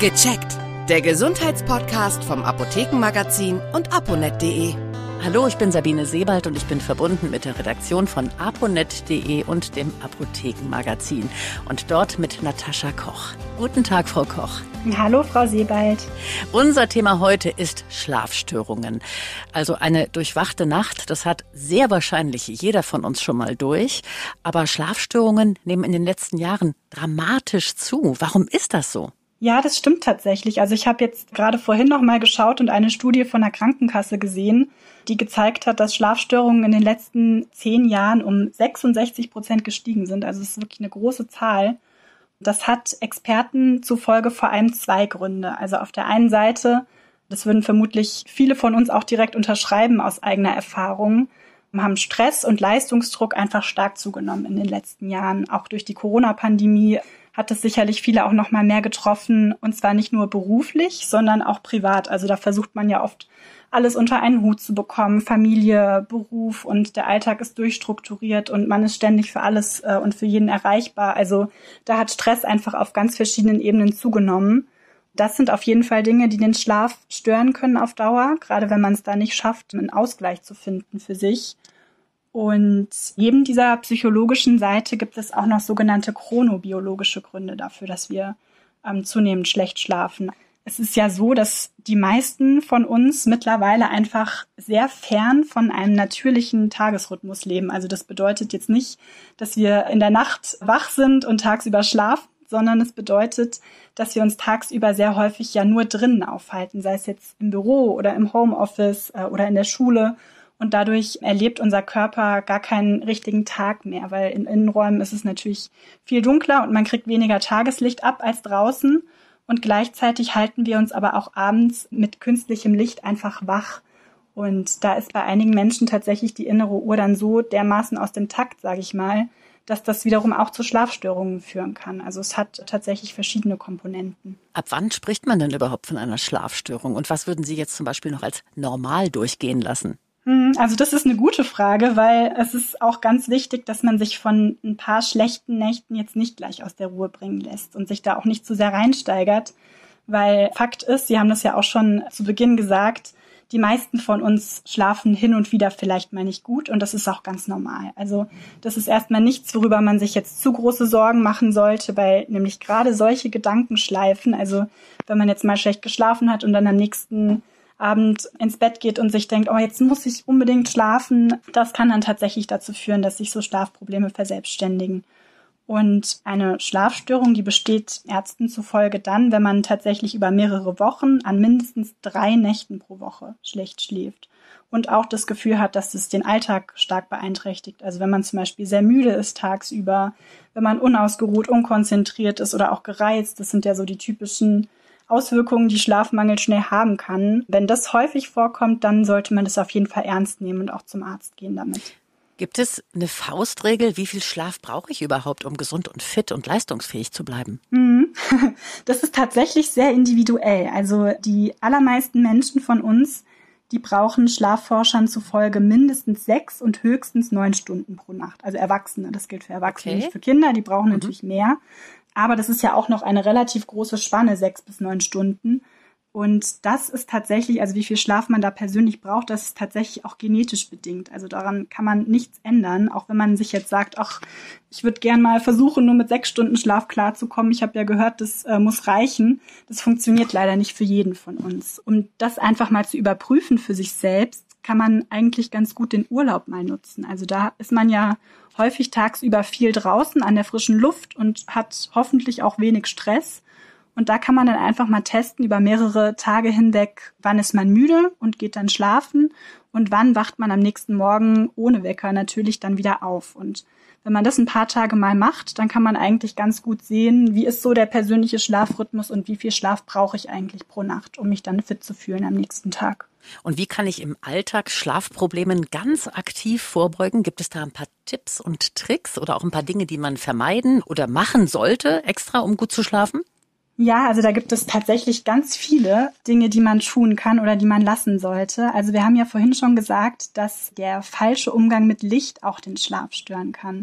Gecheckt. Der Gesundheitspodcast vom Apothekenmagazin und aponet.de. Hallo, ich bin Sabine Sebald und ich bin verbunden mit der Redaktion von aponet.de und dem Apothekenmagazin und dort mit Natascha Koch. Guten Tag, Frau Koch. Hallo, Frau Sebald. Unser Thema heute ist Schlafstörungen. Also eine durchwachte Nacht, das hat sehr wahrscheinlich jeder von uns schon mal durch. Aber Schlafstörungen nehmen in den letzten Jahren dramatisch zu. Warum ist das so? Ja, das stimmt tatsächlich. Also ich habe jetzt gerade vorhin noch mal geschaut und eine Studie von der Krankenkasse gesehen, die gezeigt hat, dass Schlafstörungen in den letzten 10 Jahren um 66% gestiegen sind. Also es ist wirklich eine große Zahl. Das hat Experten zufolge vor allem 2 Gründe. Also auf der einen Seite, das würden vermutlich viele von uns auch direkt unterschreiben aus eigener Erfahrung, haben Stress und Leistungsdruck einfach stark zugenommen in den letzten Jahren. Auch durch die Corona-Pandemie hat es sicherlich viele auch noch mal mehr getroffen, und zwar nicht nur beruflich, sondern auch privat. Also da versucht man ja oft, alles unter einen Hut zu bekommen, Familie, Beruf, und der Alltag ist durchstrukturiert und man ist ständig für alles und für jeden erreichbar. Also da hat Stress einfach auf ganz verschiedenen Ebenen zugenommen. Das sind auf jeden Fall Dinge, die den Schlaf stören können auf Dauer, gerade wenn man es da nicht schafft, einen Ausgleich zu finden für sich. Und neben dieser psychologischen Seite gibt es auch noch sogenannte chronobiologische Gründe dafür, dass wir zunehmend schlecht schlafen. Es ist ja so, dass die meisten von uns mittlerweile einfach sehr fern von einem natürlichen Tagesrhythmus leben. Also das bedeutet jetzt nicht, dass wir in der Nacht wach sind und tagsüber schlafen, sondern es bedeutet, dass wir uns tagsüber sehr häufig ja nur drinnen aufhalten, sei es jetzt im Büro oder im Homeoffice oder in der Schule. Und dadurch erlebt unser Körper gar keinen richtigen Tag mehr, weil in Innenräumen ist es natürlich viel dunkler und man kriegt weniger Tageslicht ab als draußen. Und gleichzeitig halten wir uns aber auch abends mit künstlichem Licht einfach wach. Und da ist bei einigen Menschen tatsächlich die innere Uhr dann so dermaßen aus dem Takt, sage ich mal, dass das wiederum auch zu Schlafstörungen führen kann. Also es hat tatsächlich verschiedene Komponenten. Ab wann spricht man denn überhaupt von einer Schlafstörung? Und was würden Sie jetzt zum Beispiel noch als normal durchgehen lassen? Also das ist eine gute Frage, weil es ist auch ganz wichtig, dass man sich von ein paar schlechten Nächten jetzt nicht gleich aus der Ruhe bringen lässt und sich da auch nicht zu sehr reinsteigert, weil Fakt ist, Sie haben das ja auch schon zu Beginn gesagt, die meisten von uns schlafen hin und wieder vielleicht mal nicht gut, und das ist auch ganz normal. Also das ist erstmal nichts, worüber man sich jetzt zu große Sorgen machen sollte, weil nämlich gerade solche Gedankenschleifen, also wenn man jetzt mal schlecht geschlafen hat und dann am nächsten Abend ins Bett geht und sich denkt, oh, jetzt muss ich unbedingt schlafen, das kann dann tatsächlich dazu führen, dass sich so Schlafprobleme verselbstständigen. Und eine Schlafstörung, die besteht Ärzten zufolge dann, wenn man tatsächlich über mehrere Wochen an mindestens 3 Nächten pro Woche schlecht schläft und auch das Gefühl hat, dass es den Alltag stark beeinträchtigt. Also wenn man zum Beispiel sehr müde ist tagsüber, wenn man unausgeruht, unkonzentriert ist oder auch gereizt, das sind ja so die typischen Auswirkungen, die Schlafmangel schnell haben kann. Wenn das häufig vorkommt, dann sollte man das auf jeden Fall ernst nehmen und auch zum Arzt gehen damit. Gibt es eine Faustregel, wie viel Schlaf brauche ich überhaupt, um gesund und fit und leistungsfähig zu bleiben? Das ist tatsächlich sehr individuell. Also die allermeisten Menschen von uns, die brauchen Schlafforschern zufolge mindestens 6 und höchstens 9 Stunden pro Nacht. Also Erwachsene, das gilt für Erwachsene, nicht für Kinder, die brauchen natürlich mehr. Aber das ist ja auch noch eine relativ große Spanne, 6 bis 9 Stunden. Und das ist tatsächlich, also wie viel Schlaf man da persönlich braucht, das ist tatsächlich auch genetisch bedingt. Also daran kann man nichts ändern, auch wenn man sich jetzt sagt, ach, ich würde gern mal versuchen, nur mit 6 Stunden Schlaf klarzukommen. Ich habe ja gehört, das muss reichen. Das funktioniert leider nicht für jeden von uns. Um das einfach mal zu überprüfen für sich selbst, kann man eigentlich ganz gut den Urlaub mal nutzen. Also da ist man ja häufig tagsüber viel draußen an der frischen Luft und hat hoffentlich auch wenig Stress. Und da kann man dann einfach mal testen über mehrere Tage hinweg, wann ist man müde und geht dann schlafen und wann wacht man am nächsten Morgen ohne Wecker natürlich dann wieder auf. Und wenn man das ein paar Tage mal macht, dann kann man eigentlich ganz gut sehen, wie ist so der persönliche Schlafrhythmus und wie viel Schlaf brauche ich eigentlich pro Nacht, um mich dann fit zu fühlen am nächsten Tag. Und wie kann ich im Alltag Schlafproblemen ganz aktiv vorbeugen? Gibt es da ein paar Tipps und Tricks oder auch ein paar Dinge, die man vermeiden oder machen sollte, extra um gut zu schlafen? Ja, also da gibt es tatsächlich ganz viele Dinge, die man tun kann oder die man lassen sollte. Also wir haben ja vorhin schon gesagt, dass der falsche Umgang mit Licht auch den Schlaf stören kann.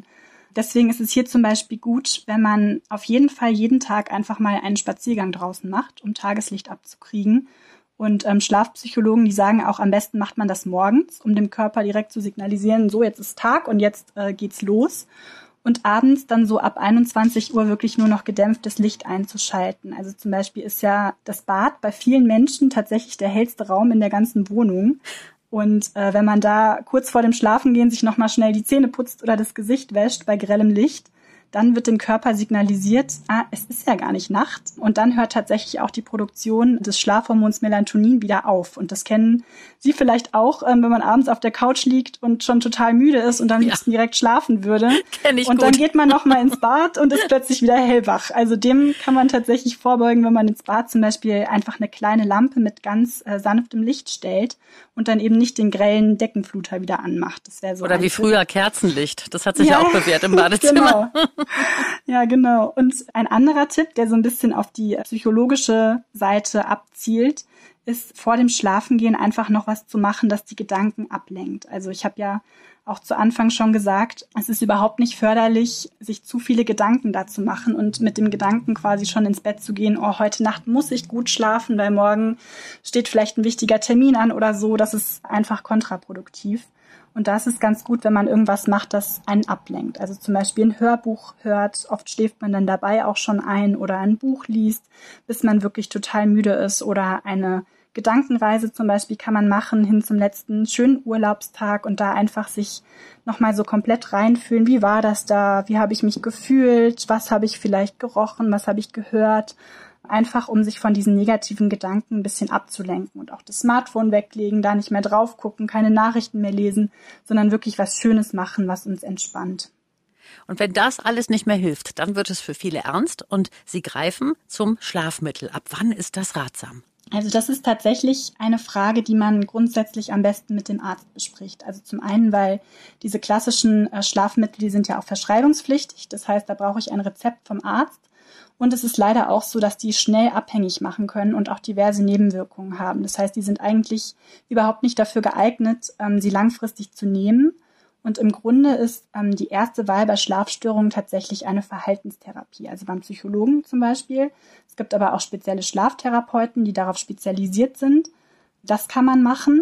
Deswegen ist es hier zum Beispiel gut, wenn man auf jeden Fall jeden Tag einfach mal einen Spaziergang draußen macht, um Tageslicht abzukriegen. Und Schlafpsychologen, die sagen auch, am besten macht man das morgens, um dem Körper direkt zu signalisieren, so jetzt ist Tag und jetzt geht's los. Und abends dann so ab 21 Uhr wirklich nur noch gedämpftes Licht einzuschalten. Also zum Beispiel ist ja das Bad bei vielen Menschen tatsächlich der hellste Raum in der ganzen Wohnung. Und wenn man da kurz vor dem Schlafengehen sich nochmal schnell die Zähne putzt oder das Gesicht wäscht bei grellem Licht, dann wird dem Körper signalisiert, es ist ja gar nicht Nacht. Und dann hört tatsächlich auch die Produktion des Schlafhormons Melatonin wieder auf. Und das kennen Sie vielleicht auch, wenn man abends auf der Couch liegt und schon total müde ist und am liebsten direkt schlafen würde. Kenn ich und gut. Dann geht man nochmal ins Bad und ist plötzlich wieder hellwach. Also dem kann man tatsächlich vorbeugen, wenn man ins Bad zum Beispiel einfach eine kleine Lampe mit ganz sanftem Licht stellt und dann eben nicht den grellen Deckenfluter wieder anmacht. Das wäre so. Oder wie früher Kerzenlicht. Das hat sich ja auch bewährt im Badezimmer. Genau. Ja, genau. Und ein anderer Tipp, der so ein bisschen auf die psychologische Seite abzielt, ist vor dem Schlafengehen einfach noch was zu machen, das die Gedanken ablenkt. Also ich habe ja auch zu Anfang schon gesagt, es ist überhaupt nicht förderlich, sich zu viele Gedanken dazu machen und mit dem Gedanken quasi schon ins Bett zu gehen, heute Nacht muss ich gut schlafen, weil morgen steht vielleicht ein wichtiger Termin an oder so. Das ist einfach kontraproduktiv. Und da ist es ganz gut, wenn man irgendwas macht, das einen ablenkt. Also zum Beispiel ein Hörbuch hört, oft schläft man dann dabei auch schon ein oder ein Buch liest, bis man wirklich total müde ist. Oder eine Gedankenreise zum Beispiel kann man machen hin zum letzten schönen Urlaubstag und da einfach sich nochmal so komplett reinfühlen. Wie war das da? Wie habe ich mich gefühlt? Was habe ich vielleicht gerochen? Was habe ich gehört? Einfach, um sich von diesen negativen Gedanken ein bisschen abzulenken und auch das Smartphone weglegen, da nicht mehr drauf gucken, keine Nachrichten mehr lesen, sondern wirklich was Schönes machen, was uns entspannt. Und wenn das alles nicht mehr hilft, dann wird es für viele ernst und sie greifen zum Schlafmittel. Ab wann ist das ratsam? Also das ist tatsächlich eine Frage, die man grundsätzlich am besten mit dem Arzt bespricht. Also zum einen, weil diese klassischen Schlafmittel, die sind ja auch verschreibungspflichtig. Das heißt, da brauche ich ein Rezept vom Arzt. Und es ist leider auch so, dass die schnell abhängig machen können und auch diverse Nebenwirkungen haben. Das heißt, die sind eigentlich überhaupt nicht dafür geeignet, sie langfristig zu nehmen. Und im Grunde ist die erste Wahl bei Schlafstörungen tatsächlich eine Verhaltenstherapie. Also beim Psychologen zum Beispiel. Es gibt aber auch spezielle Schlaftherapeuten, die darauf spezialisiert sind. Das kann man machen.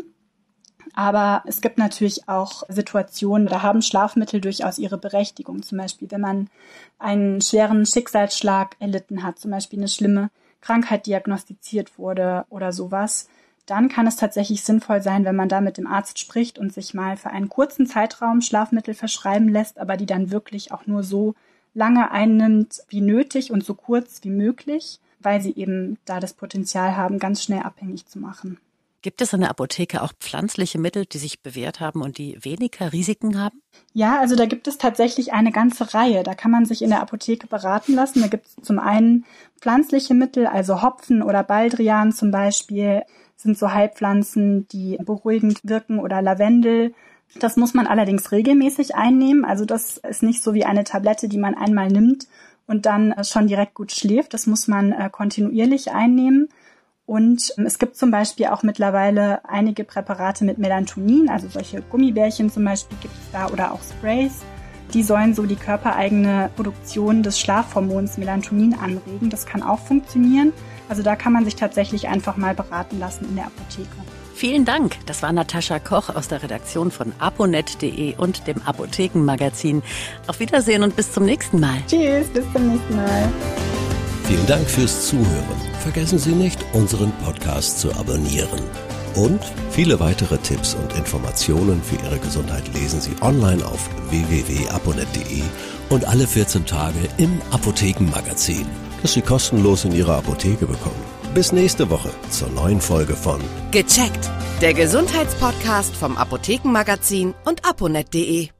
Aber es gibt natürlich auch Situationen, da haben Schlafmittel durchaus ihre Berechtigung. Zum Beispiel, wenn man einen schweren Schicksalsschlag erlitten hat, zum Beispiel eine schlimme Krankheit diagnostiziert wurde oder sowas, dann kann es tatsächlich sinnvoll sein, wenn man da mit dem Arzt spricht und sich mal für einen kurzen Zeitraum Schlafmittel verschreiben lässt, aber die dann wirklich auch nur so lange einnimmt wie nötig und so kurz wie möglich, weil sie eben da das Potenzial haben, ganz schnell abhängig zu machen. Gibt es in der Apotheke auch pflanzliche Mittel, die sich bewährt haben und die weniger Risiken haben? Ja, also da gibt es tatsächlich eine ganze Reihe. Da kann man sich in der Apotheke beraten lassen. Da gibt es zum einen pflanzliche Mittel, also Hopfen oder Baldrian zum Beispiel, sind so Heilpflanzen, die beruhigend wirken, oder Lavendel. Das muss man allerdings regelmäßig einnehmen. Also das ist nicht so wie eine Tablette, die man einmal nimmt und dann schon direkt gut schläft. Das muss man kontinuierlich einnehmen. Und es gibt zum Beispiel auch mittlerweile einige Präparate mit Melatonin, also solche Gummibärchen zum Beispiel gibt es da oder auch Sprays. Die sollen so die körpereigene Produktion des Schlafhormons Melatonin anregen. Das kann auch funktionieren. Also da kann man sich tatsächlich einfach mal beraten lassen in der Apotheke. Vielen Dank. Das war Natascha Koch aus der Redaktion von aponet.de und dem Apothekenmagazin. Auf Wiedersehen und bis zum nächsten Mal. Tschüss, bis zum nächsten Mal. Vielen Dank fürs Zuhören. Vergessen Sie nicht, unseren Podcast zu abonnieren. Und viele weitere Tipps und Informationen für Ihre Gesundheit lesen Sie online auf www.aponet.de und alle 14 Tage im Apothekenmagazin, das Sie kostenlos in Ihrer Apotheke bekommen. Bis nächste Woche zur neuen Folge von Gecheckt, der Gesundheitspodcast vom Apothekenmagazin und aponet.de.